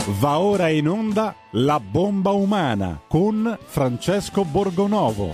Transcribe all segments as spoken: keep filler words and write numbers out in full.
Va ora in onda La bomba umana con Francesco Borgonovo.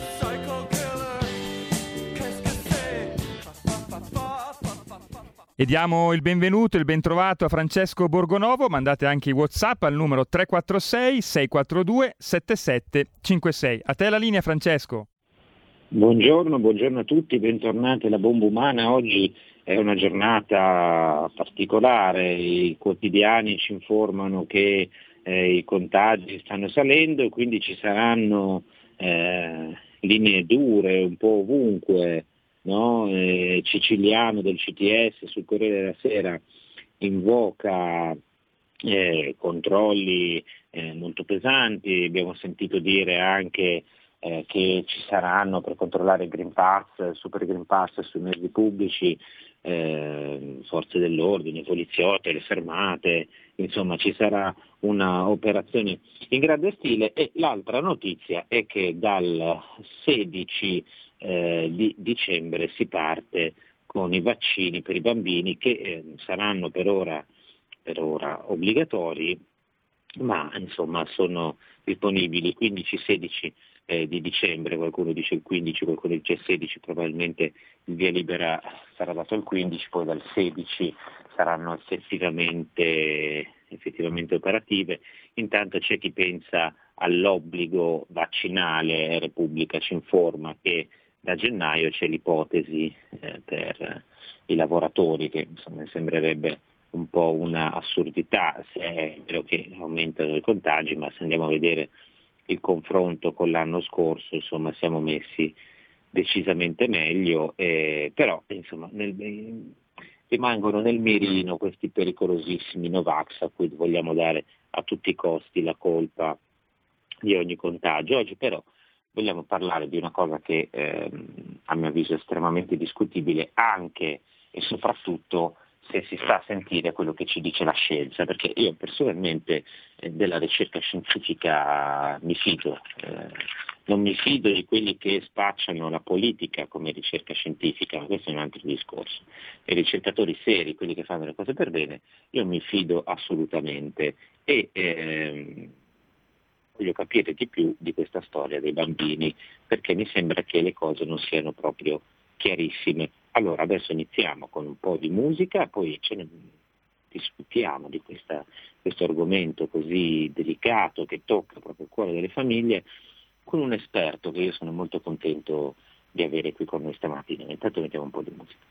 E diamo il benvenuto e il bentrovato a Francesco Borgonovo. Mandate anche i WhatsApp al numero tre quattro sei sei quattro due sette sette cinque sei. A te la linea, Francesco. Buongiorno, buongiorno a tutti, bentornati alla bomba umana. Oggi è una giornata particolare, i quotidiani ci informano che eh, i contagi stanno salendo e quindi ci saranno eh, linee dure un po' ovunque, no? eh, Ciciliano del C T S sul Corriere della Sera invoca eh, controlli eh, molto pesanti. Abbiamo sentito dire anche Eh, che ci saranno per controllare il Green Pass, il Super Green Pass sui mezzi pubblici, eh, forze dell'ordine, poliziotti, le fermate, insomma ci sarà una operazione in grande stile. E l'altra notizia è che dal sedici eh, di dicembre si parte con i vaccini per i bambini che eh, saranno per ora, per ora obbligatori, ma insomma sono disponibili quindici sedici eh, di dicembre, qualcuno dice il quindici, qualcuno dice il sedici, probabilmente il via libera sarà dato il quindici, poi dal sedici saranno effettivamente, effettivamente operative. Intanto c'è chi pensa all'obbligo vaccinale, Repubblica ci informa che da gennaio c'è l'ipotesi eh, per i lavoratori, che insomma sembrerebbe un po' una assurdità, se è vero che aumentano i contagi, ma se andiamo a vedere il confronto con l'anno scorso, insomma siamo messi decisamente meglio, eh, però insomma nel, rimangono nel mirino questi pericolosissimi Novax a cui vogliamo dare a tutti i costi la colpa di ogni contagio. Oggi però vogliamo parlare di una cosa che eh, a mio avviso è estremamente discutibile, anche e soprattutto se si sta a sentire quello che ci dice la scienza, perché io personalmente eh, della ricerca scientifica mi fido, eh, non mi fido di quelli che spacciano la politica come ricerca scientifica, ma questo è un altro discorso. I ricercatori seri, quelli che fanno le cose per bene, io mi fido assolutamente e ehm, voglio capire di più di questa storia dei bambini, perché mi sembra che le cose non siano proprio chiarissime. Allora adesso iniziamo con un po' di musica, poi ce ne discutiamo di questa, questo argomento così delicato che tocca proprio il cuore delle famiglie con un esperto che io sono molto contento di avere qui con noi stamattina. Intanto mettiamo un po' di musica.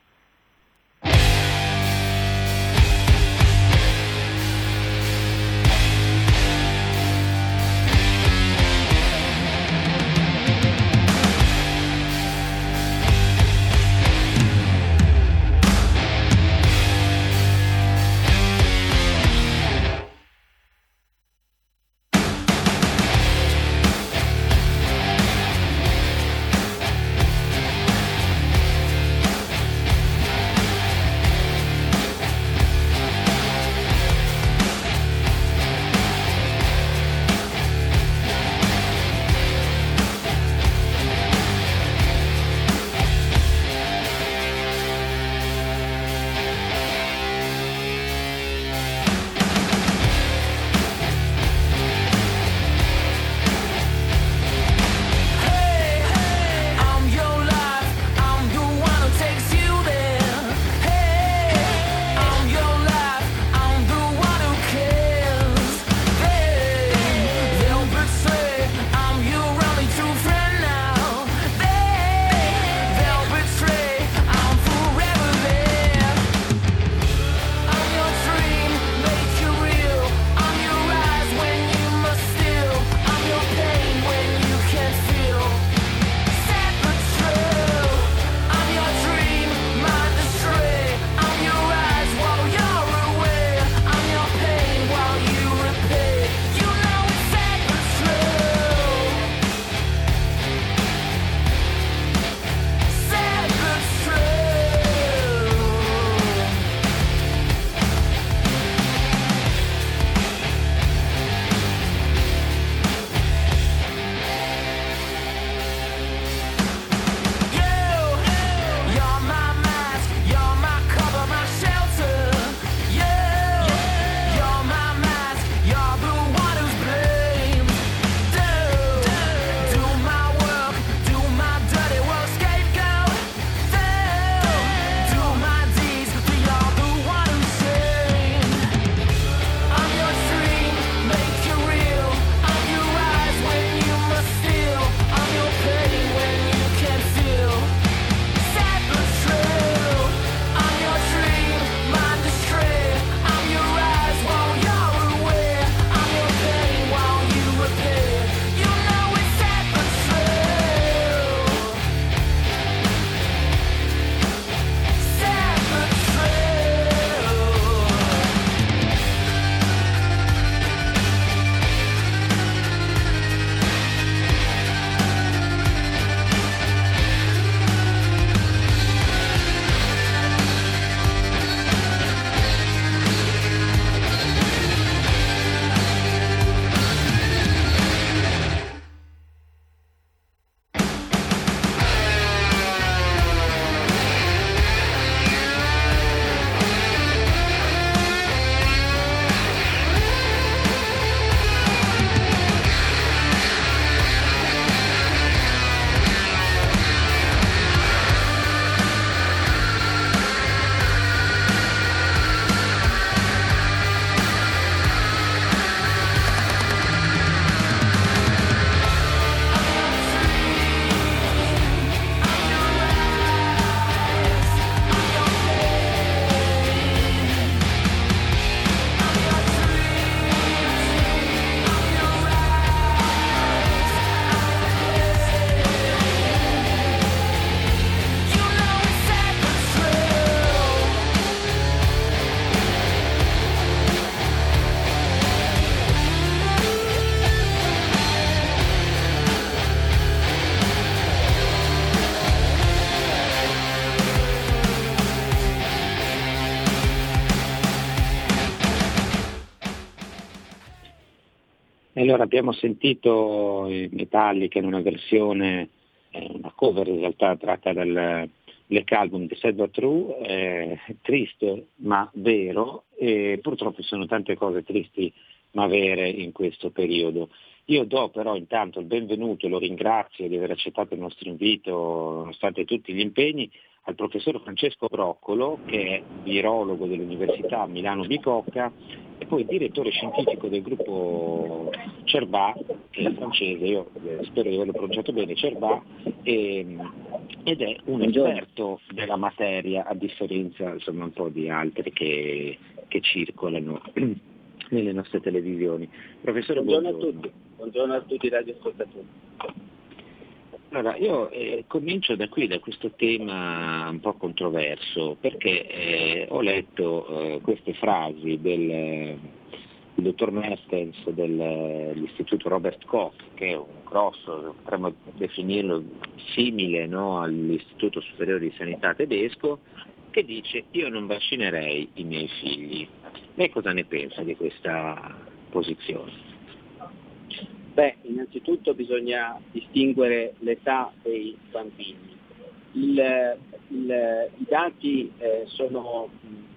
Allora abbiamo sentito i Metallica in una versione, eh, una cover in realtà tratta dal Black Album di Sad But True, eh, triste ma vero, e purtroppo ci sono tante cose tristi ma vere in questo periodo. Io do però intanto il benvenuto e lo ringrazio di aver accettato il nostro invito nonostante tutti gli impegni al professor Francesco Broccolo, che è virologo dell'Università Milano Bicocca e poi direttore scientifico del gruppo Cerba, che è francese, io spero di averlo pronunciato bene, Cerba, e, ed è un esperto della materia, a differenza insomma un po' di altri che, che circolano nelle nostre televisioni. Professore, buongiorno, buongiorno. a tutti, buongiorno a tutti i radioascoltatori. Allora, io eh, comincio da qui, da questo tema un po' controverso, perché eh, ho letto eh, queste frasi del, del dottor Mertens dell'Istituto Robert Koch, che è un grosso, potremmo definirlo simile, no, all'Istituto Superiore di Sanità tedesco, che dice: io non vaccinerei i miei figli. Lei cosa ne pensa di questa posizione? Beh, innanzitutto bisogna distinguere l'età dei bambini. Il, il, I dati eh, sono...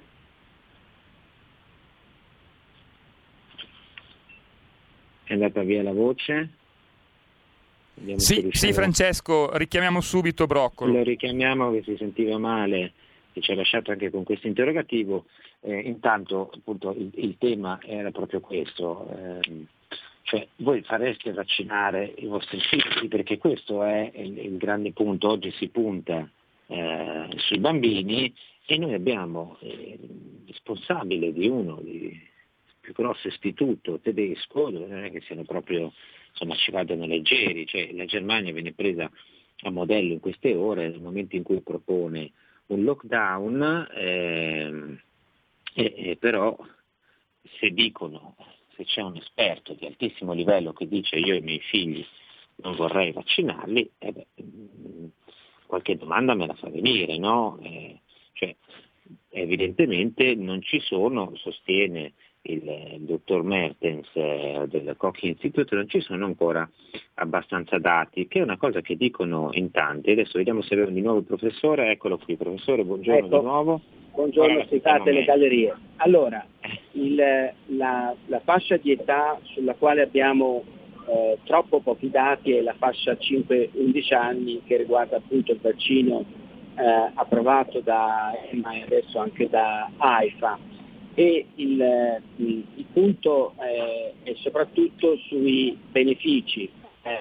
È andata via la voce? Vediamo sì, sì, Francesco, richiamiamo subito Broccolo. Lo richiamiamo, che si sentiva male, che ci ha lasciato anche con questo interrogativo. Eh, intanto appunto il, il tema era proprio questo. Eh, Cioè, voi fareste vaccinare i vostri figli, perché questo è il, il grande punto. Oggi si punta eh, sui bambini e noi abbiamo eh, il responsabile di uno dei più grossi istituto tedesco, dove non è che siano proprio, insomma, ci vadano leggeri, cioè la Germania viene presa a modello in queste ore nel momento in cui propone un lockdown, eh, e, e però se dicono, se c'è un esperto di altissimo livello che dice io e i miei figli non vorrei vaccinarli, eh beh, qualche domanda me la fa venire, no? Eh, cioè, evidentemente non ci sono, sostiene il, il dottor Mertens eh, del Koch Institute, non ci sono ancora abbastanza dati, che è una cosa che dicono in tanti. Adesso vediamo se abbiamo di nuovo il professore, eccolo qui, professore, buongiorno ecco. di nuovo. Buongiorno, citate le gallerie. Allora, il, la, la fascia di età sulla quale abbiamo eh, troppo pochi dati è la fascia cinque undici anni, che riguarda appunto il vaccino eh, approvato da E M A e adesso anche da AIFA. E il, il, il punto eh, è soprattutto sui benefici. Eh,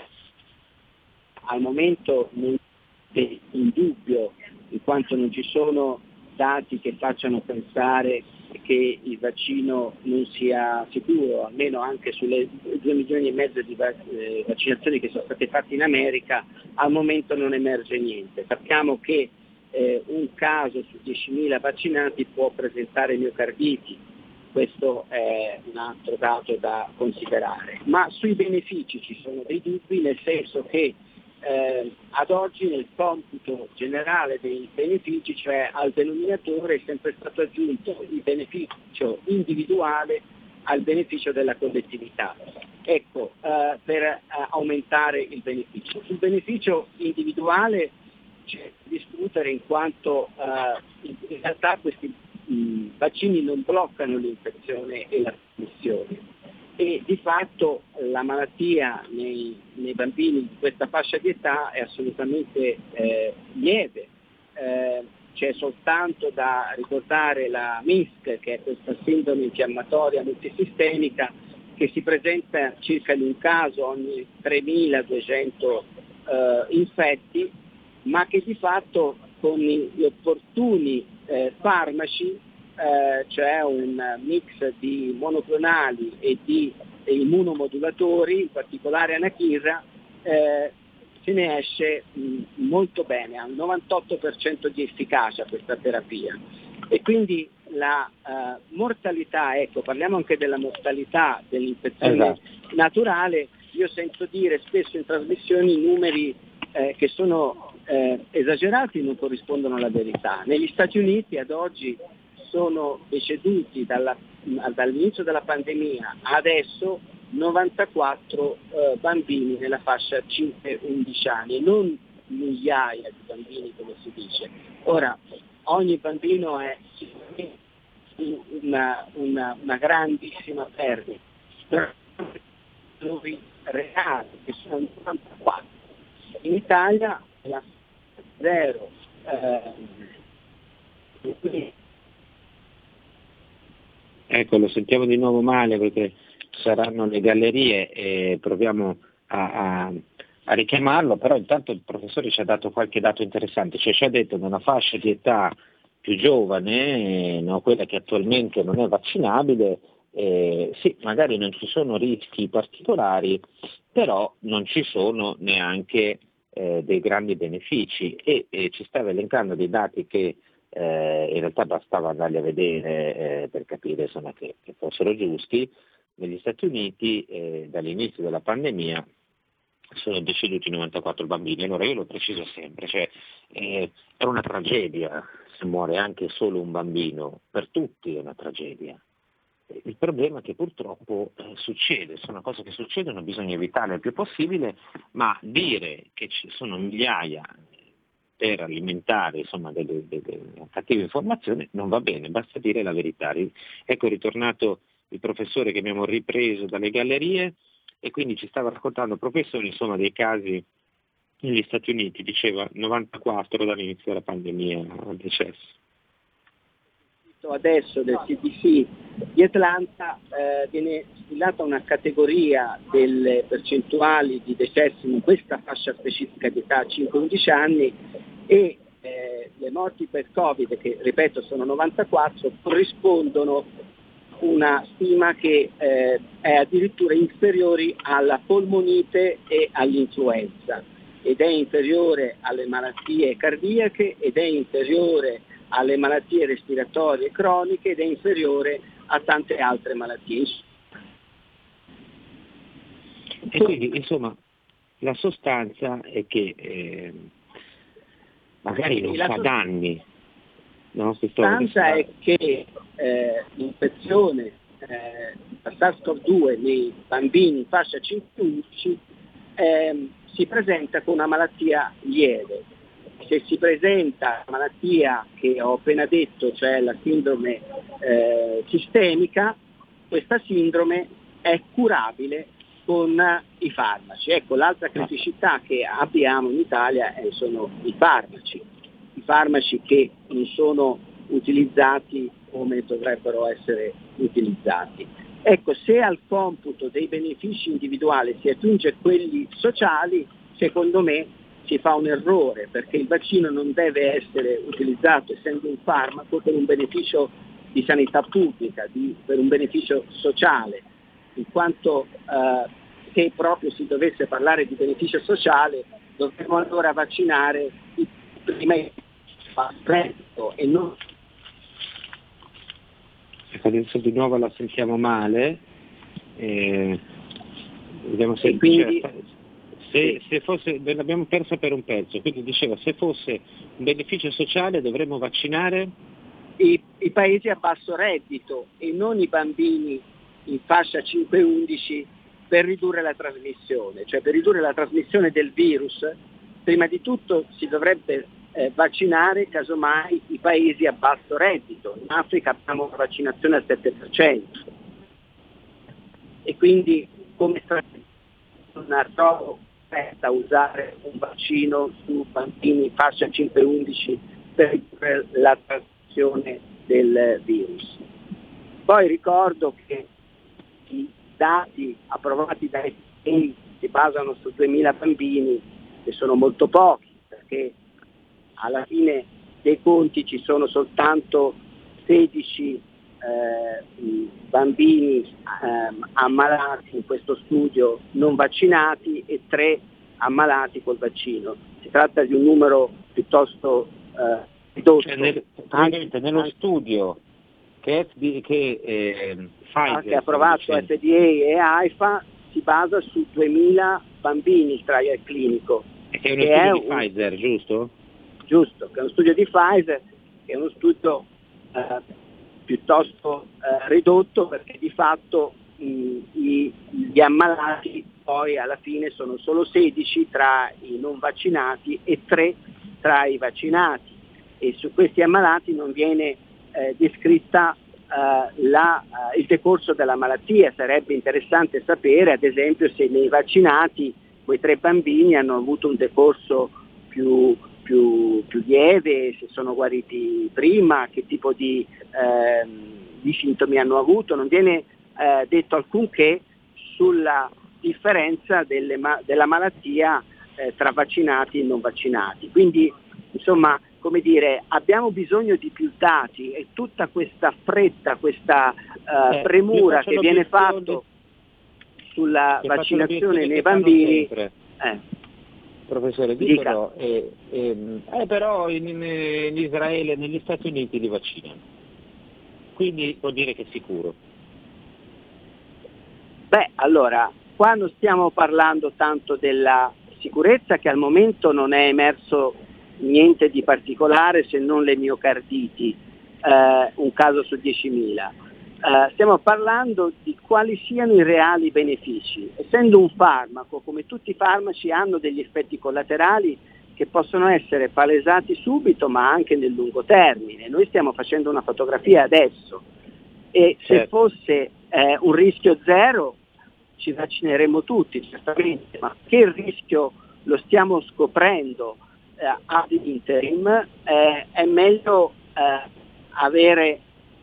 al momento non è in dubbio, in quanto non ci sono dati che facciano pensare che il vaccino non sia sicuro, almeno anche sulle due milioni e mezzo di vaccinazioni che sono state fatte in America, al momento non emerge niente. Sappiamo che eh, un caso su diecimila vaccinati può presentare miocarditi, questo è un altro dato da considerare. Ma sui benefici ci sono dei dubbi, nel senso che Eh, ad oggi nel computo generale dei benefici, cioè al denominatore, è sempre stato aggiunto il beneficio individuale al beneficio della collettività, ecco, eh, per eh, aumentare il beneficio. Sul beneficio individuale c'è da discutere, in quanto eh, in realtà questi mh, vaccini non bloccano l'infezione e la trasmissione, e di fatto la malattia nei, nei bambini di questa fascia di età è assolutamente eh, lieve. Eh, c'è soltanto da ricordare la M I S C, che è questa sindrome infiammatoria multisistemica, che si presenta circa in un caso ogni tremiladuecento eh, infetti, ma che di fatto con gli opportuni eh, farmaci, Eh, cioè un mix di monoclonali e di e immunomodulatori, in particolare anachirra, eh, se ne esce mh, molto bene, ha un novantotto per cento di efficacia questa terapia. E quindi la eh, mortalità, ecco, parliamo anche della mortalità dell'infezione esatto. naturale. Io sento dire spesso in trasmissioni numeri eh, che sono eh, esagerati, non corrispondono alla verità. Negli Stati Uniti ad oggi sono deceduti dalla, dall'inizio della pandemia adesso novantaquattro eh, bambini nella fascia cinque undici anni, non migliaia di bambini come si dice. Ora, ogni bambino è sicuramente una, una, una grandissima perdita, però noi reali che sono novantaquattro. In Italia la zero. Eh, ecco, lo sentiamo di nuovo male perché saranno le gallerie e proviamo a, a, a richiamarlo, però intanto il professore ci ha dato qualche dato interessante, cioè ci ha detto che una fascia di età più giovane, eh, no, quella che attualmente non è vaccinabile, eh, sì, magari non ci sono rischi particolari, però non ci sono neanche eh, dei grandi benefici e, e ci stava elencando dei dati che eh, in realtà bastava andarli a vedere eh, per capire insomma, che, che fossero giusti. Negli Stati Uniti eh, dall'inizio della pandemia sono deceduti novantaquattro bambini, allora io lo preciso sempre, cioè, eh, è una tragedia se muore anche solo un bambino, per tutti è una tragedia. Il problema è che purtroppo eh, succede, sono cose che succedono, bisogna evitarle il più possibile, ma dire che ci sono migliaia per alimentare insomma, delle, delle cattive informazioni non va bene, basta dire la verità. Ecco, è ritornato il professore che abbiamo ripreso dalle gallerie e quindi ci stava raccontando, professore, insomma, dei casi negli Stati Uniti, diceva novantaquattro dall'inizio della pandemia al decesso. Adesso del C D C di Atlanta eh, viene stilata una categoria delle percentuali di decessi in questa fascia specifica di età cinque undici anni e eh, le morti per Covid, che ripeto sono novantaquattro, corrispondono a una stima che eh, è addirittura inferiore alla polmonite e all'influenza ed è inferiore alle malattie cardiache ed è inferiore alle malattie respiratorie croniche ed è inferiore a tante altre malattie. E quindi insomma la sostanza è che eh, magari non fa sost- danni. No? La sostanza è che eh, l'infezione eh, da SARS-CoV due nei bambini in fascia cinque undici eh, si presenta con una malattia lieve. Se si presenta la malattia che ho appena detto, cioè la sindrome eh, sistemica, questa sindrome è curabile con i farmaci. Ecco, l'altra criticità che abbiamo in Italia eh, sono i farmaci, i farmaci che non sono utilizzati come dovrebbero essere utilizzati. Ecco, se al computo dei benefici individuali si aggiunge quelli sociali, secondo me si fa un errore, perché il vaccino non deve essere utilizzato essendo un farmaco per un beneficio di sanità pubblica, di, per un beneficio sociale, in quanto eh, se proprio si dovesse parlare di beneficio sociale dovremmo allora vaccinare i primi reddito e non. Adesso di nuovo la sentiamo male, eh, vediamo se e quindi Se, se fosse, l'abbiamo persa per un pezzo, quindi diceva se fosse un beneficio sociale dovremmo vaccinare i, i paesi a basso reddito e non i bambini in fascia cinque undici per ridurre la trasmissione, cioè per ridurre la trasmissione del virus prima di tutto si dovrebbe eh, vaccinare casomai i paesi a basso reddito. In Africa abbiamo una vaccinazione al sette per cento e quindi come strategia non trovo a usare un vaccino su bambini in fascia cinque undici per la trasmissione del virus. Poi ricordo che i dati approvati dai F D A si basano su duemila bambini, che sono molto pochi, perché alla fine dei conti ci sono soltanto sedici eh, bambini eh, ammalati in questo studio non vaccinati e tre ammalati col vaccino. Si tratta di un numero piuttosto eh, ridotto. Cioè nel, anche, nello anche, studio che, che eh, Pfizer che ha approvato F D A e AIFA si basa su duemila bambini il trial clinico. Che è uno che studio è di un, Pfizer, giusto? Giusto, che è uno studio di Pfizer, che è uno studio eh, piuttosto eh, ridotto perché di fatto i, i, gli ammalati poi alla fine sono solo sedici tra i non vaccinati e tre tra i vaccinati, e su questi ammalati non viene eh, descritta eh, la, eh, il decorso della malattia. Sarebbe interessante sapere ad esempio se nei vaccinati quei tre bambini hanno avuto un decorso più, più, più lieve, se sono guariti prima, che tipo di, eh, di sintomi hanno avuto. Non viene eh, detto alcunché sulla differenza delle ma- della malattia eh, tra vaccinati e non vaccinati. Quindi insomma, come dire, abbiamo bisogno di più dati, e tutta questa fretta, questa uh, eh, premura che viene fatto sulla vaccinazione nei bambini. Eh. Professore, dicono, eh, eh, eh, però in, in Israele e negli Stati Uniti li vaccinano, quindi vuol dire che è sicuro. Beh, allora, qua non stiamo parlando tanto della sicurezza, che al momento non è emerso niente di particolare se non le miocarditi, eh, un caso su diecimila. Eh, stiamo parlando di quali siano i reali benefici. Essendo un farmaco, come tutti i farmaci, hanno degli effetti collaterali che possono essere palesati subito ma anche nel lungo termine. Noi stiamo facendo una fotografia adesso e se certo. fosse eh, un rischio zero ci vaccineremo tutti, certamente, ma che il rischio lo stiamo scoprendo eh, ad interim, eh, è meglio eh, avere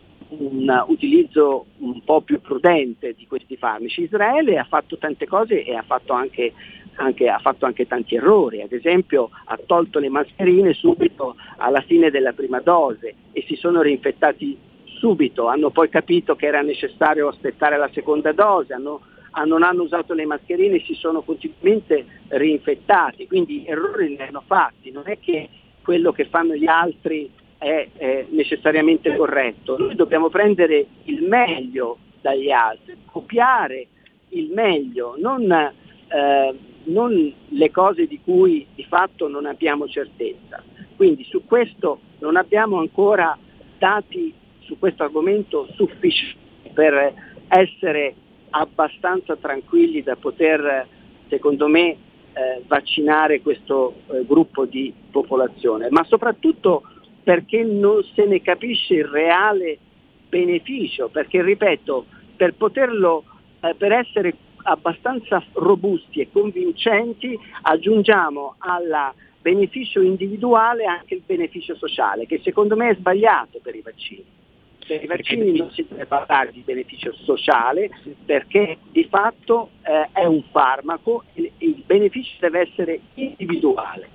un utilizzo un po' più prudente di questi farmaci. Israele ha fatto tante cose e ha fatto anche, anche, ha fatto anche tanti errori. Ad esempio ha tolto le mascherine subito alla fine della prima dose e si sono reinfettati subito, hanno poi capito che era necessario aspettare la seconda dose, hanno, non hanno usato le mascherine e si sono continuamente reinfettati, quindi errori ne hanno fatti. Non è che quello che fanno gli altri è, è necessariamente corretto. Noi dobbiamo prendere il meglio dagli altri, copiare il meglio, non, eh, non le cose di cui di fatto non abbiamo certezza. Quindi su questo non abbiamo ancora dati su questo argomento sufficienti per essere abbastanza tranquilli da poter, secondo me, eh, vaccinare questo eh, gruppo di popolazione, ma soprattutto perché non se ne capisce il reale beneficio, perché ripeto, per poterlo, eh, per essere abbastanza robusti e convincenti aggiungiamo al beneficio individuale anche il beneficio sociale, che secondo me è sbagliato per i vaccini. Per i vaccini non si deve parlare di beneficio sociale perché di fatto eh, è un farmaco e il beneficio deve essere individuale.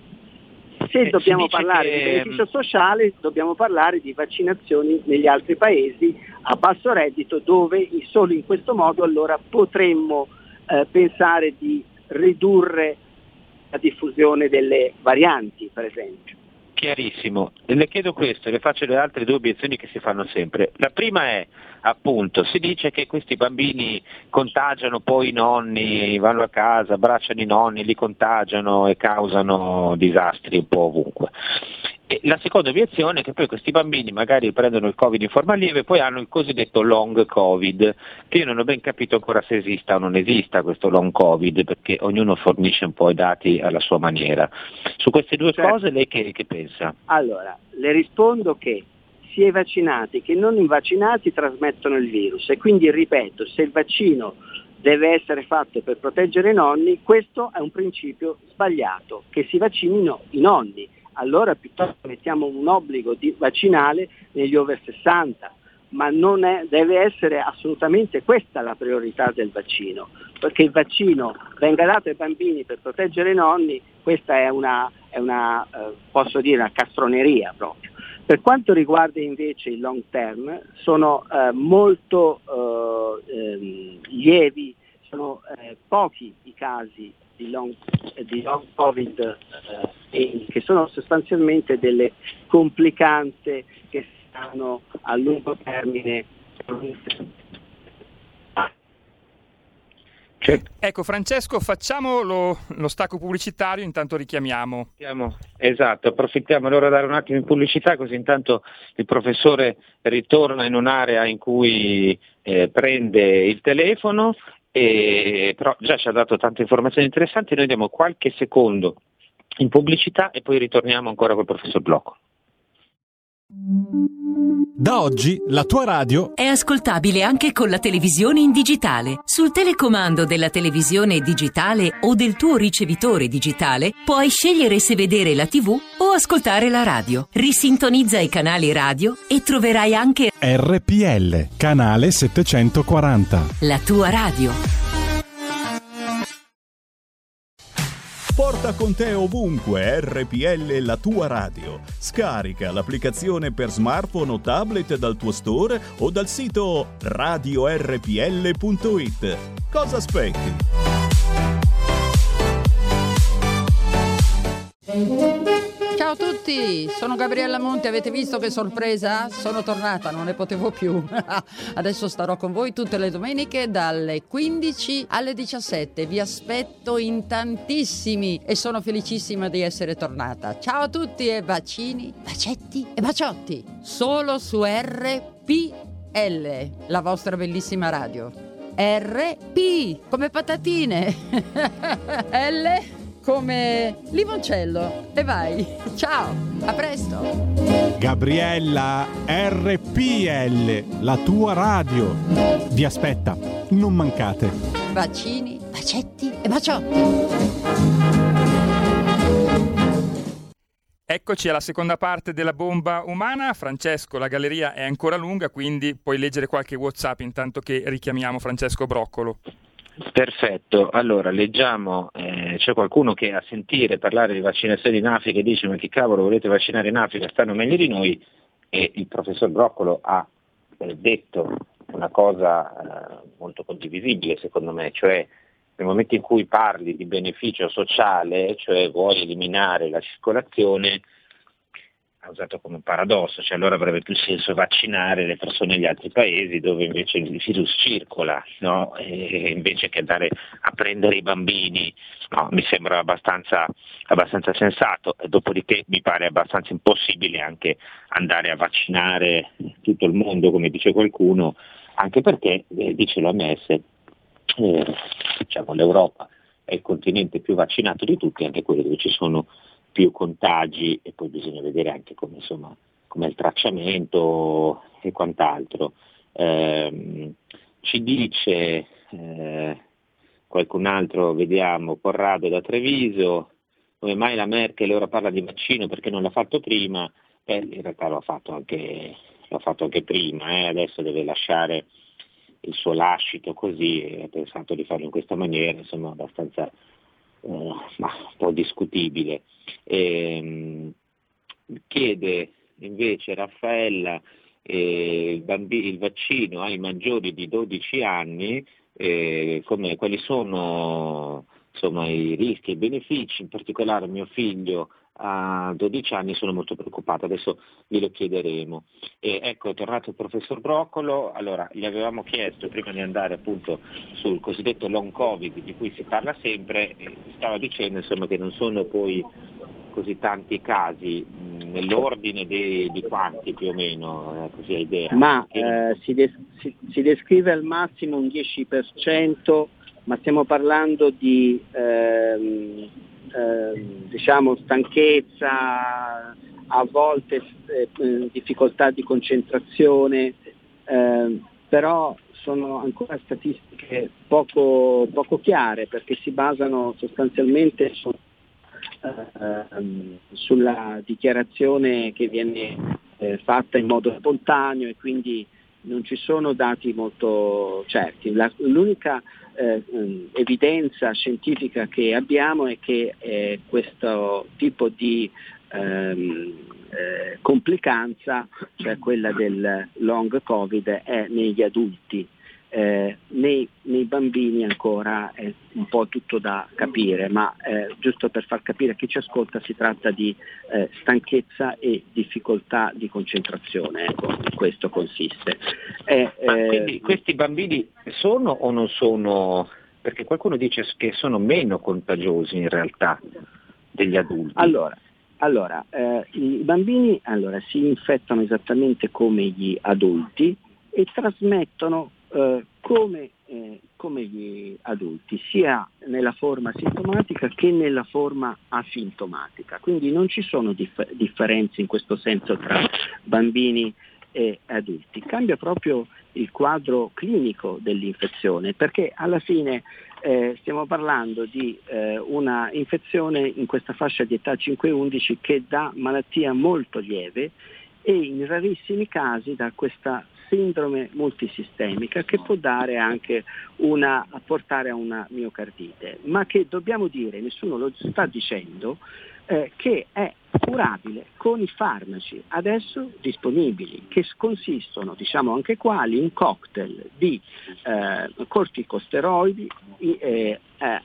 Se dobbiamo parlare che... di beneficio sociale dobbiamo parlare di vaccinazioni negli altri paesi a basso reddito, dove solo in questo modo allora potremmo eh, pensare di ridurre la diffusione delle varianti, per esempio. Chiarissimo. Le chiedo questo e le faccio le altre due obiezioni che si fanno sempre. La prima è, appunto, si dice che questi bambini contagiano poi i nonni, vanno a casa, abbracciano i nonni, li contagiano e causano disastri un po' ovunque. E la seconda obiezione è che poi questi bambini magari prendono il Covid in forma lieve e poi hanno il cosiddetto long Covid, che io non ho ben capito ancora se esista o non esista questo long Covid, perché ognuno fornisce un po' i dati alla sua maniera. Su queste due certo. cose lei che, che pensa? Allora, le rispondo che sia i vaccinati che i non vaccinati trasmettono il virus e quindi ripeto, se il vaccino deve essere fatto per proteggere i nonni, questo è un principio sbagliato, che si vaccinino i nonni. Allora piuttosto mettiamo un obbligo di vaccinale negli over sessanta, ma non è, deve essere assolutamente questa la priorità del vaccino, perché il vaccino venga dato ai bambini per proteggere i nonni, questa è una, è una eh, posso dire, una castroneria proprio. Per quanto riguarda invece il long term, sono eh, molto eh, ehm, lievi, sono eh, pochi i casi di long, di long Covid eh, che sono sostanzialmente delle complicanze che si hanno a lungo termine. Certo. Ecco Francesco, facciamo lo, lo stacco pubblicitario, intanto richiamiamo. Esatto, approfittiamo allora di dare un attimo in pubblicità, così intanto il professore ritorna in un'area in cui eh, prende il telefono, e, però già ci ha dato tante informazioni interessanti. Noi diamo qualche secondo in pubblicità e poi ritorniamo ancora col professor Blocco. Da oggi la tua radio è ascoltabile anche con la televisione in digitale. Sul telecomando della televisione digitale o del tuo ricevitore digitale puoi scegliere se vedere la tivù o ascoltare la radio. Risintonizza i canali radio e troverai anche R P L, canale settecentoquaranta. La tua radio. Porta con te ovunque R P L, la tua radio. Scarica l'applicazione per smartphone o tablet dal tuo store o dal sito radio r p l punto i t. Cosa aspetti? Ciao a tutti, sono Gabriella Monti. Avete visto che sorpresa? Sono tornata, non ne potevo più. Adesso starò con voi tutte le domeniche dalle quindici alle diciassette. Vi aspetto in tantissimi e sono felicissima di essere tornata. Ciao a tutti e bacini, bacetti e baciotti. Solo su R P L, la vostra bellissima radio. R P come patatine. L come limoncello. E vai, ciao, a presto. Gabriella, R P L, la tua radio. Vi aspetta, non mancate. Bacini, bacetti e baciotti. Eccoci alla seconda parte della bomba umana. Francesco, la galleria è ancora lunga, quindi puoi leggere qualche WhatsApp intanto che richiamiamo Francesco Broccolo. Perfetto, allora leggiamo, eh, c'è qualcuno che a sentire parlare di vaccinazioni in Africa e dice: ma che cavolo volete vaccinare in Africa, stanno meglio di noi, e il professor Broccolo ha eh, detto una cosa eh, molto condivisibile secondo me, cioè nel momento in cui parli di beneficio sociale, cioè vuoi eliminare la circolazione, ha usato come paradosso, cioè allora avrebbe più senso vaccinare le persone negli altri paesi dove invece il virus circola, no? E invece che andare a prendere i bambini, no? Mi sembra abbastanza, abbastanza sensato, e dopodiché mi pare abbastanza impossibile anche andare a vaccinare tutto il mondo, come dice qualcuno, anche perché, eh, dice l'O M S, eh, diciamo, l'Europa è il continente più vaccinato di tutti, anche quello dove ci sono più contagi, e poi bisogna vedere anche come, insomma, come il tracciamento e quant'altro. Eh, ci dice eh, qualcun altro, vediamo, Corrado da Treviso, come mai la Merkel ora parla di vaccino, perché non l'ha fatto prima? Eh, in realtà l'ha fatto anche, l'ha fatto anche prima, eh, adesso deve lasciare il suo lascito così, e ha pensato di farlo in questa maniera, insomma abbastanza Uh, ma un po' discutibile. E, chiede invece Raffaella eh, il, bambi- il vaccino ai maggiori di dodici anni, eh, come, quali sono insomma i rischi e i benefici, in particolare mio figlio a dodici anni, sono molto preoccupato, adesso glielo chiederemo. E ecco, è tornato il professor Broccolo. Allora, gli avevamo chiesto, prima di andare appunto sul cosiddetto long covid di cui si parla sempre, e stava dicendo insomma che non sono poi così tanti casi, mh, nell'ordine di, di quanti più o meno, eh, così hai idea? Ma eh, si, des- si, si descrive al massimo un dieci per cento, ma stiamo parlando di ehm, ehm, diciamo stanchezza, a volte eh, difficoltà di concentrazione, eh, però sono ancora statistiche poco, poco chiare, perché si basano sostanzialmente su, eh, sulla dichiarazione che viene eh, fatta in modo spontaneo, e quindi non ci sono dati molto certi. La, l'unica eh, evidenza scientifica che abbiamo è che eh, questo tipo di ehm, eh, complicanza, cioè quella del long covid, è negli adulti. Eh, nei, nei bambini ancora è un po' tutto da capire, ma eh, giusto per far capire a chi ci ascolta, si tratta di eh, stanchezza e difficoltà di concentrazione, ecco, in questo consiste. Eh, Ma eh, quindi questi bambini sono o non sono Perché qualcuno dice che sono meno contagiosi in realtà degli adulti. Allora, allora eh, i bambini allora, si infettano esattamente come gli adulti e trasmettono eh, come, eh, come gli adulti, sia nella forma sintomatica che nella forma asintomatica. Quindi non ci sono dif- differenze in questo senso tra bambini e adulti. Cambia proprio il quadro clinico dell'infezione, perché alla fine eh, stiamo parlando di eh, una infezione in questa fascia di età cinque undici che dà malattia molto lieve e in rarissimi casi dà questa sindrome multisistemica che può dare anche una, portare a una miocardite, ma che dobbiamo dire, nessuno lo sta dicendo, eh, che è curabile con i farmaci adesso disponibili, che consistono, diciamo anche qua, in un cocktail di eh, corticosteroidi, eh, eh,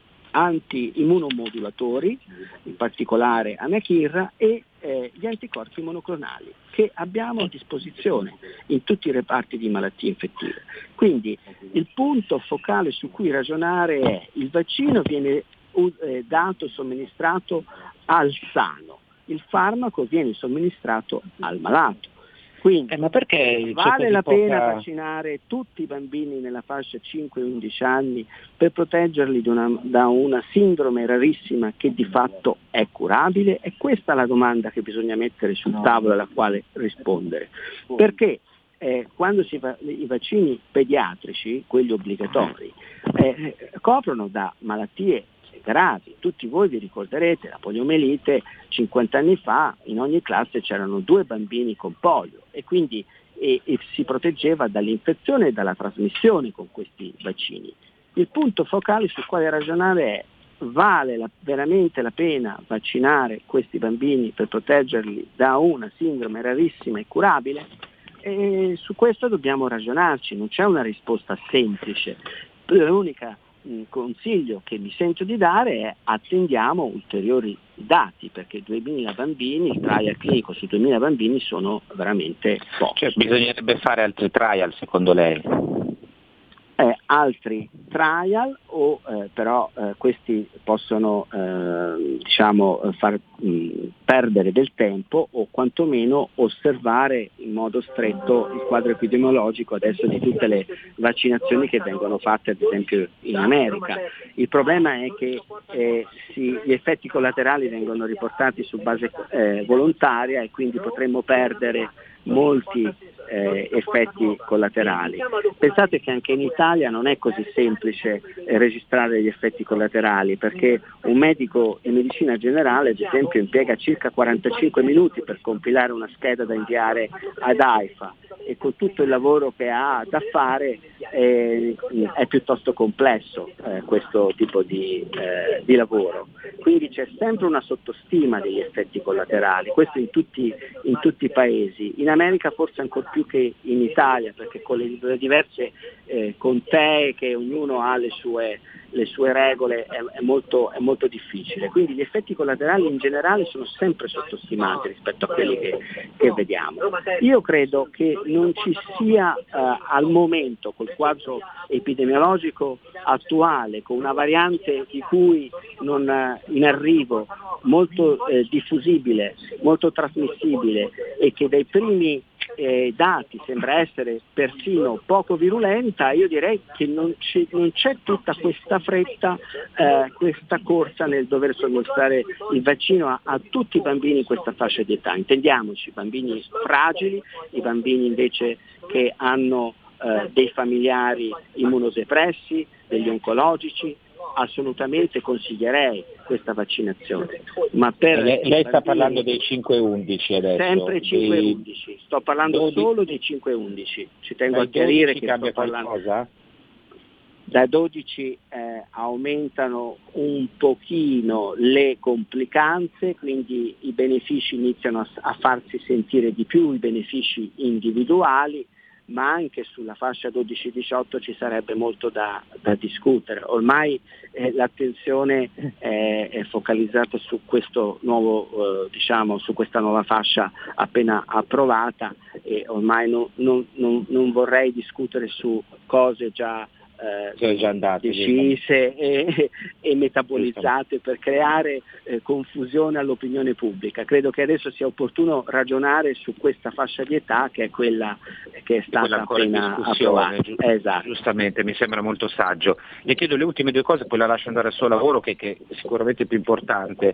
anti-immunomodulatori, in particolare anachirra, e eh, gli anticorpi monoclonali che abbiamo a disposizione in tutti i reparti di malattie infettive. Quindi il punto focale su cui ragionare è: il vaccino viene eh, dato, somministrato al sano, il farmaco viene somministrato al malato. Quindi eh, ma perché vale la poca... pena vaccinare tutti i bambini nella fascia cinque undici anni per proteggerli da una, da una sindrome rarissima che di fatto è curabile? È questa la domanda che bisogna mettere sul tavolo alla quale rispondere. Perché eh, quando si fa, i vaccini pediatrici, quelli obbligatori, eh, coprono da malattie gravi. Tutti voi vi ricorderete la poliomelite, cinquanta anni fa in ogni classe c'erano due bambini con polio e quindi e, e si proteggeva dall'infezione e dalla trasmissione con questi vaccini. Il punto focale sul quale ragionare è: vale la, veramente la pena vaccinare questi bambini per proteggerli da una sindrome rarissima e curabile? E su questo dobbiamo ragionarci, non c'è una risposta semplice. L'unica consiglio che mi sento di dare è: attendiamo ulteriori dati, perché duemila bambini, il trial clinico su duemila bambini sono veramente pochi. Cioè, bisognerebbe fare altri trial secondo lei? Eh, altri trial o eh, però eh, questi possono eh, diciamo far mh, perdere del tempo o quantomeno osservare in modo stretto il quadro epidemiologico adesso di tutte le vaccinazioni che vengono fatte ad esempio in America. Il problema è che eh, si, gli effetti collaterali vengono riportati su base eh, volontaria e quindi potremmo perdere molti eh, effetti collaterali. Pensate che anche in Italia non è così semplice eh, registrare gli effetti collaterali, perché un medico in medicina generale ad esempio impiega circa quarantacinque minuti per compilare una scheda da inviare ad AIFA e con tutto il lavoro che ha da fare eh, è piuttosto complesso eh, questo tipo di, eh, di lavoro. Quindi c'è sempre una sottostima degli effetti collaterali, questo in tutti, in tutti i paesi. In America forse ancor più che in Italia, perché con le, le diverse eh, contee che ognuno ha le sue, le sue regole è, è, molto, è molto difficile. Quindi gli effetti collaterali in generale sono sempre sottostimati rispetto a quelli che, che vediamo. Io credo che non ci sia eh, al momento, col quadro epidemiologico attuale, con una variante di cui non eh, in arrivo, molto eh, diffusibile, molto trasmissibile e che dai primi eh, dati sembra essere persino poco virulenta, io direi che non c'è, non c'è tutta questa fretta, eh, questa corsa nel dover somministrare il vaccino a, a tutti i bambini in questa fascia di età. Intendiamoci, i bambini fragili, i bambini invece che hanno eh, dei familiari immunodepressi, degli oncologici. Assolutamente consiglierei questa vaccinazione, ma per lei, lei sta parlando dei cinque undici adesso? Sempre cinque undici, sto parlando dodici solo dei cinque undici, ci tengo a chiarire che sto parlando. Qualcosa? Da dodici eh, aumentano un pochino le complicanze, quindi i benefici iniziano a, a farsi sentire di più, i benefici individuali, ma anche sulla fascia dodici diciotto ci sarebbe molto da, da discutere. Ormai eh, l'attenzione eh, è focalizzata su questo nuovo, eh, diciamo, su questa nuova fascia appena approvata e ormai non, non, non, non vorrei discutere su cose già eh, già andati, decise e, e metabolizzate per creare eh, confusione all'opinione pubblica. Credo che adesso sia opportuno ragionare su questa fascia di età che è quella che è stata appena approvata. Gi- esatto. Giustamente, mi sembra molto saggio. Le chiedo le ultime due cose, poi la lascio andare al suo lavoro che, che è sicuramente più importante.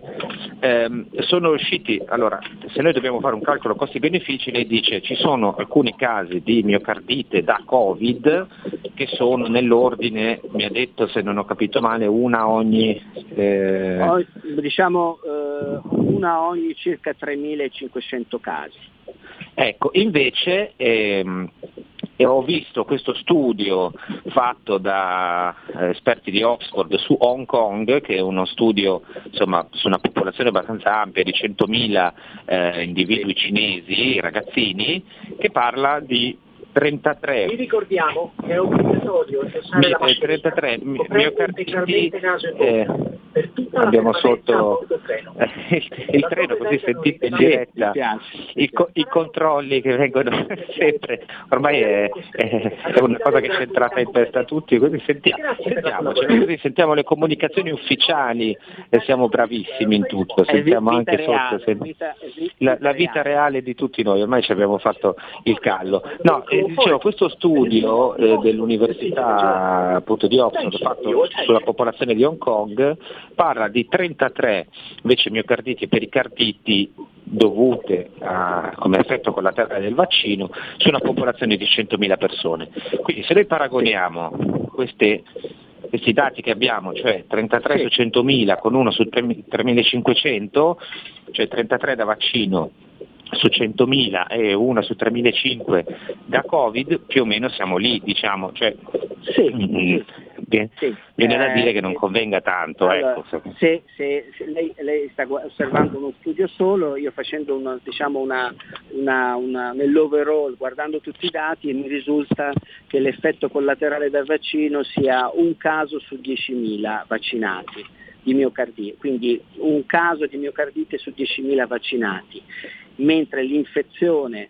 Eh, sono usciti, allora, se noi dobbiamo fare un calcolo costi-benefici, lei dice ci sono alcuni casi di miocardite da Covid che sono nell'ordine, mi ha detto se non ho capito male, una ogni... Eh... diciamo eh, una ogni circa tremilacinquecento casi. Ecco, invece ehm, ho visto questo studio fatto da eh, esperti di Oxford su Hong Kong, che è uno studio insomma, su una popolazione abbastanza ampia di centomila eh, individui cinesi, ragazzini, che parla di trentatré. Vi ricordiamo che è obbligatorio Mi, eh, trentatré miocarditi, eh, abbiamo sotto eh, il, il treno, così sentite in diretta i, co- i controlli che vengono sempre, ormai è, è, è una cosa che è centrata in testa a tutti, così sentiamo, sentiamo, cioè, così sentiamo le comunicazioni ufficiali e siamo bravissimi in tutto, sentiamo anche sotto senti, la, la vita reale di tutti noi, ormai ci abbiamo fatto il callo. No, eh, dicevo, questo studio eh, dell'Università appunto di Oxford fatto sulla popolazione di Hong Kong parla di trentatré invece miocarditi e pericarditi dovute a, come effetto collaterale del vaccino su una popolazione di centomila persone. Quindi se noi paragoniamo queste, questi dati che abbiamo, cioè trentatré su centomila con uno su tremilacinquecento, cioè trentatré da vaccino su centomila e una su tremilacinquecento da Covid, più o meno siamo lì, diciamo, cioè sì, mm, viene, sì. viene eh, da dire che non convenga tanto. Allora, ecco. se, se, se lei, lei sta osservando uno studio solo, io facendo una, diciamo una, una, una, nell'overall, guardando tutti i dati, mi risulta che l'effetto collaterale del vaccino sia un caso su diecimila vaccinati di miocardite, quindi un caso di miocardite su diecimila vaccinati, mentre l'infezione,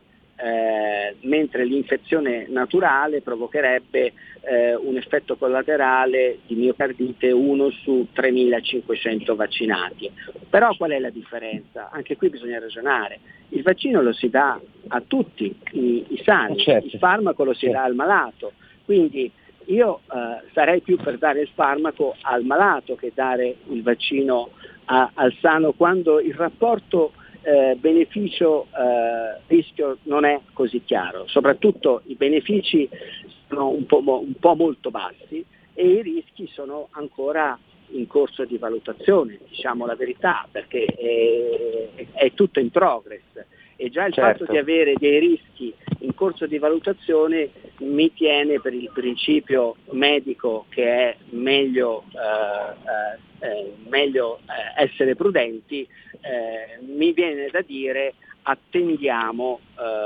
eh, mentre l'infezione naturale provocherebbe eh, un effetto collaterale di miocardite uno su tremilacinquecento vaccinati. Però qual è la differenza? Anche qui bisogna ragionare. Il vaccino lo si dà a tutti i, i sani, certo. Il farmaco lo si certo. dà al malato, quindi io eh, sarei più per dare il farmaco al malato che dare il vaccino a, al sano, quando il rapporto eh, beneficio-rischio eh, non è così chiaro. Soprattutto i benefici sono un po', un po' molto bassi e i rischi sono ancora in corso di valutazione, diciamo la verità, perché è, è tutto in progress. E già il certo. fatto di avere dei rischi in corso di valutazione mi tiene per il principio medico che è meglio, eh, eh, meglio eh, essere prudenti, eh, mi viene da dire attendiamo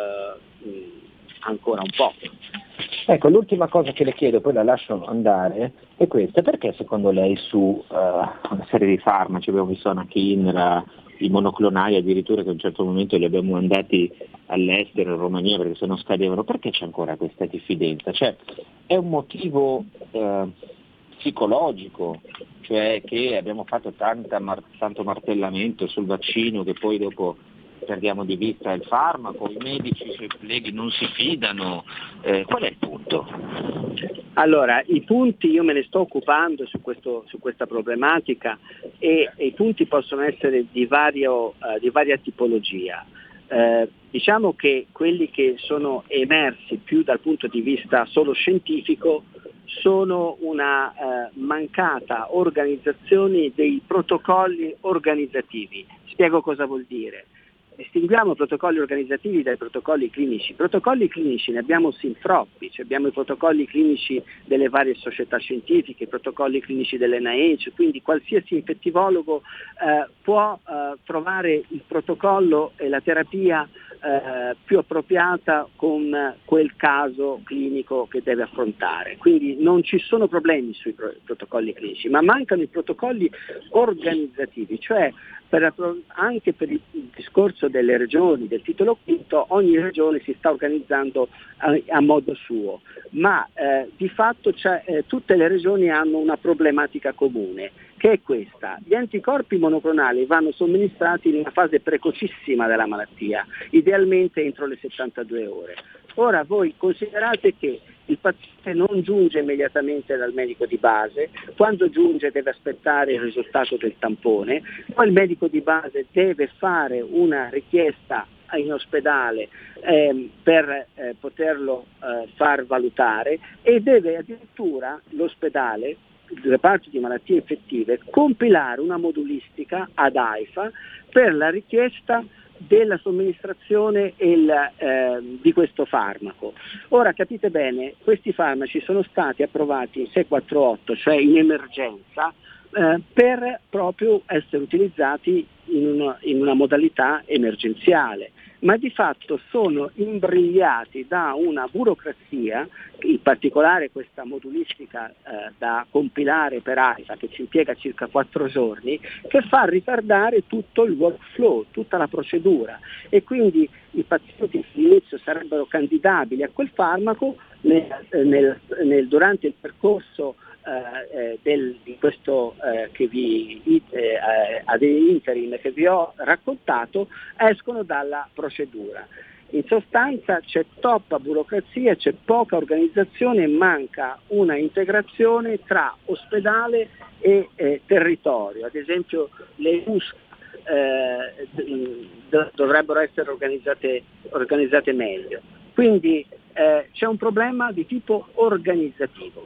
eh, ancora un po'. Ecco, l'ultima cosa che le chiedo, poi la lascio andare, è questa: perché secondo lei su uh, una serie di farmaci, abbiamo visto Anakinra, i monoclonali addirittura che a un certo momento li abbiamo mandati all'estero, in Romania, perché se no scadevano, perché c'è ancora questa diffidenza? Cioè è un motivo eh, psicologico, cioè che abbiamo fatto tanta mar- tanto martellamento sul vaccino che poi dopo perdiamo di vista il farmaco, i medici, i suoi colleghi non si fidano, eh, qual è il punto? Allora, i punti, io me ne sto occupando su, questo, su questa problematica e, e i punti possono essere di, vario, uh, di varia tipologia. Eh, diciamo che quelli che sono emersi più dal punto di vista solo scientifico sono una eh, mancata organizzazione dei protocolli organizzativi. Spiego cosa vuol dire. Distinguiamo protocolli organizzativi dai protocolli clinici. Protocolli clinici ne abbiamo sin troppi, cioè abbiamo i protocolli clinici delle varie società scientifiche, i protocolli clinici dell'N I H, quindi qualsiasi infettivologo eh, può eh, trovare il protocollo e la terapia eh, più appropriata con quel caso clinico che deve affrontare. Quindi non ci sono problemi sui pro- protocolli clinici, ma mancano i protocolli organizzativi, cioè per, anche per il discorso delle regioni, del titolo quinto, ogni regione si sta organizzando a, a modo suo, ma eh, di fatto c'è, eh, tutte le regioni hanno una problematica comune, che è questa: gli anticorpi monoclonali vanno somministrati in una fase precocissima della malattia, idealmente entro le settantadue ore. Ora voi considerate che il paziente non giunge immediatamente dal medico di base, quando giunge deve aspettare il risultato del tampone, poi il medico di base deve fare una richiesta in ospedale eh, per eh, poterlo eh, far valutare, e deve addirittura l'ospedale, il reparto di malattie infettive, compilare una modulistica ad AIFA per la richiesta della somministrazione il, eh, di questo farmaco. Ora capite bene, questi farmaci sono stati approvati in sei quarantotto, cioè in emergenza, eh, per proprio essere utilizzati in una, in una modalità emergenziale, ma di fatto sono imbrigliati da una burocrazia, in particolare questa modulistica eh, da compilare per AIFA, che ci impiega circa quattro giorni, che fa ritardare tutto il workflow, tutta la procedura, e quindi i pazienti all'inizio sarebbero candidabili a quel farmaco, nel, nel, nel, durante il percorso eh, del, di questo eh, che vi eh, ad interim che vi ho raccontato, escono dalla procedura. In sostanza c'è troppa burocrazia, c'è poca organizzazione, manca una integrazione tra ospedale e eh, territorio. Ad esempio le U S C eh, d- dovrebbero essere organizzate, organizzate meglio. Quindi eh, c'è un problema di tipo organizzativo.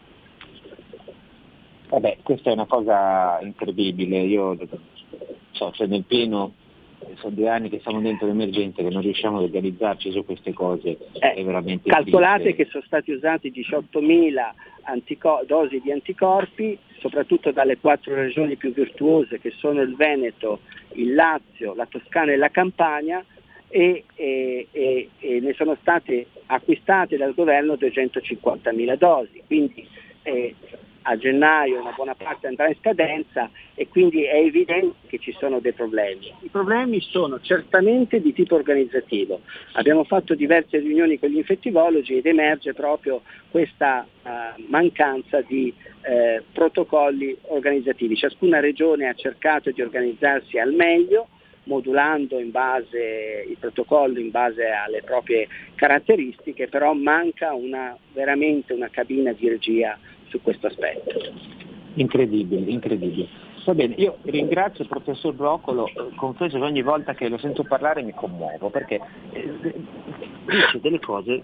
Vabbè, questa è una cosa incredibile. Io so, cioè nel pieno, sono due anni che siamo dentro l'emergenza, che non riusciamo ad organizzarci su queste cose. Eh, è veramente calcolate triste. che sono stati usati diciottomila anticor- dosi di anticorpi, soprattutto dalle quattro regioni più virtuose, che sono il Veneto, il Lazio, la Toscana e la Campania, e, e, e, e ne sono state acquistate dal governo duecentocinquantamila dosi. Quindi eh, a gennaio una buona parte andrà in scadenza, e quindi è evidente che ci sono dei problemi. I problemi sono certamente di tipo organizzativo. Abbiamo fatto diverse riunioni con gli infettivologi ed emerge proprio questa uh, mancanza di uh, protocolli organizzativi. Ciascuna regione ha cercato di organizzarsi al meglio, modulando in base il protocollo in base alle proprie caratteristiche, però manca una, veramente una cabina di regia su questo aspetto. Incredibile, incredibile. Va bene, io ringrazio il professor Broccolo, confesso che ogni volta che lo sento parlare mi commuovo, perché eh, dice delle cose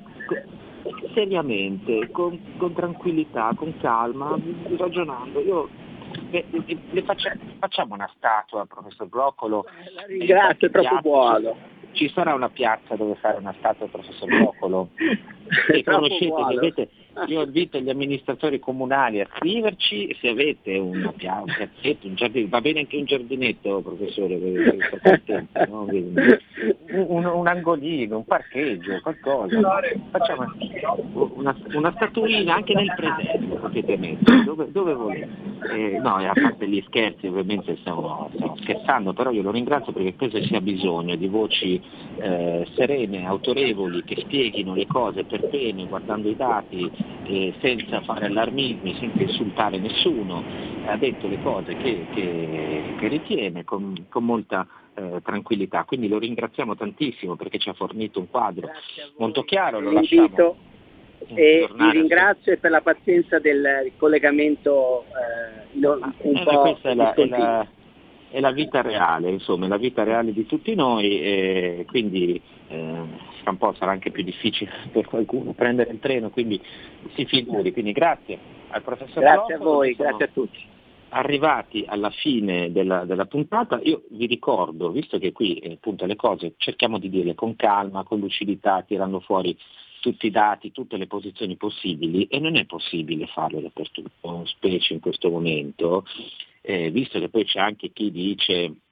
seriamente, con, con tranquillità, con calma, ragionando. Io le, le, le faccia, facciamo una statua al professor Broccolo. La ringrazio, è proprio buono. Ci sarà una piazza dove fare una statua al professor Broccolo. E conoscete, se avete, io invito gli amministratori comunali a scriverci se avete una piazza, un piazzetto, un giardino, va bene anche un giardinetto, professore, attento, no? un, un, un angolino, un parcheggio, qualcosa. Facciamo una, una statuina anche nel presente, potete mettere dove, dove volete. Eh, no, a parte gli scherzi, ovviamente stiamo, stiamo scherzando, però io lo ringrazio perché credo sia bisogno di voci eh, serene, autorevoli, che spieghino le cose per bene, guardando i dati, eh, senza fare allarmismi, senza insultare nessuno. Ha detto le cose che, che, che ritiene con, con molta eh, tranquillità, quindi lo ringraziamo tantissimo perché ci ha fornito un quadro molto chiaro. Lo lasciamo. E vi ringrazio per la pazienza del collegamento eh, un eh, po' questa è la, è, la, è la vita reale, insomma, è la vita reale di tutti noi, e quindi eh, fra un po' sarà anche più difficile per qualcuno prendere il treno, quindi si figuri. Quindi grazie al professor Grazie Broccolo, a voi, siamo grazie a tutti. Arrivati alla fine della, della puntata, io vi ricordo, visto che qui eh, appunto le cose cerchiamo di dirle con calma, con lucidità, tirando fuori tutti i dati, tutte le posizioni possibili, e non è possibile farlo dappertutto, specie in questo momento, eh, visto che poi c'è anche chi dice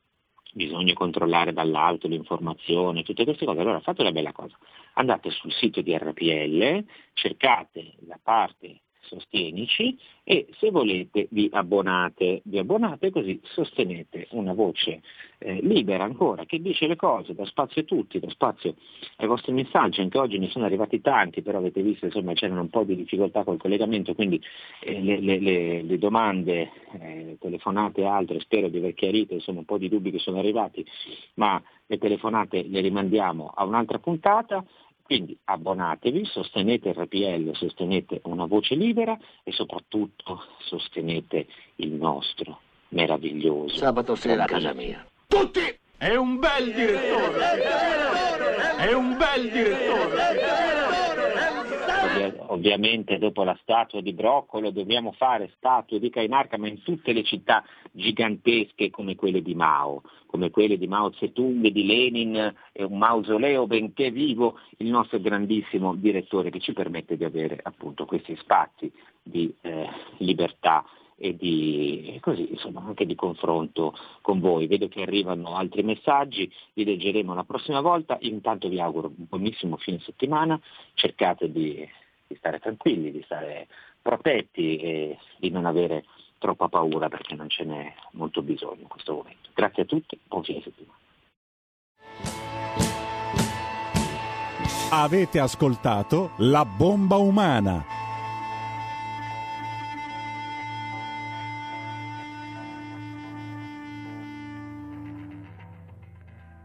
bisogna controllare dall'alto l'informazione, tutte queste cose, allora fate una bella cosa, andate sul sito di R P L, cercate la parte Sostienici e se volete vi abbonate, vi abbonate così sostenete una voce eh, libera ancora, che dice le cose, dà spazio a tutti, dà spazio ai vostri messaggi, anche oggi ne sono arrivati tanti, però avete visto insomma c'erano un po' di difficoltà col collegamento, quindi eh, le, le, le, le domande, eh, telefonate e altre, spero di aver chiarito insomma un po' di dubbi che sono arrivati, ma le telefonate le rimandiamo a un'altra puntata. Quindi abbonatevi, sostenete R P L, sostenete una voce libera e soprattutto sostenete il nostro meraviglioso sabato sera a casa mia. Tutti! È un bel direttore! È un bel direttore! Ovvi- ovviamente dopo la statua di Broccolo dobbiamo fare statue di Cainarca, ma in tutte le città gigantesche come quelle di Mao, come quelle di Mao Zedong, di Lenin, e un mausoleo benché vivo, il nostro grandissimo direttore che ci permette di avere appunto questi spazi di eh, libertà e di così insomma anche di confronto con voi. Vedo che arrivano altri messaggi, li leggeremo la prossima volta. Intanto vi auguro un buonissimo fine settimana, cercate di, di stare tranquilli, di stare protetti e di non avere troppa paura perché non ce n'è molto bisogno in questo momento. Grazie a tutti, buon fine settimana. Avete ascoltato La Bomba Umana.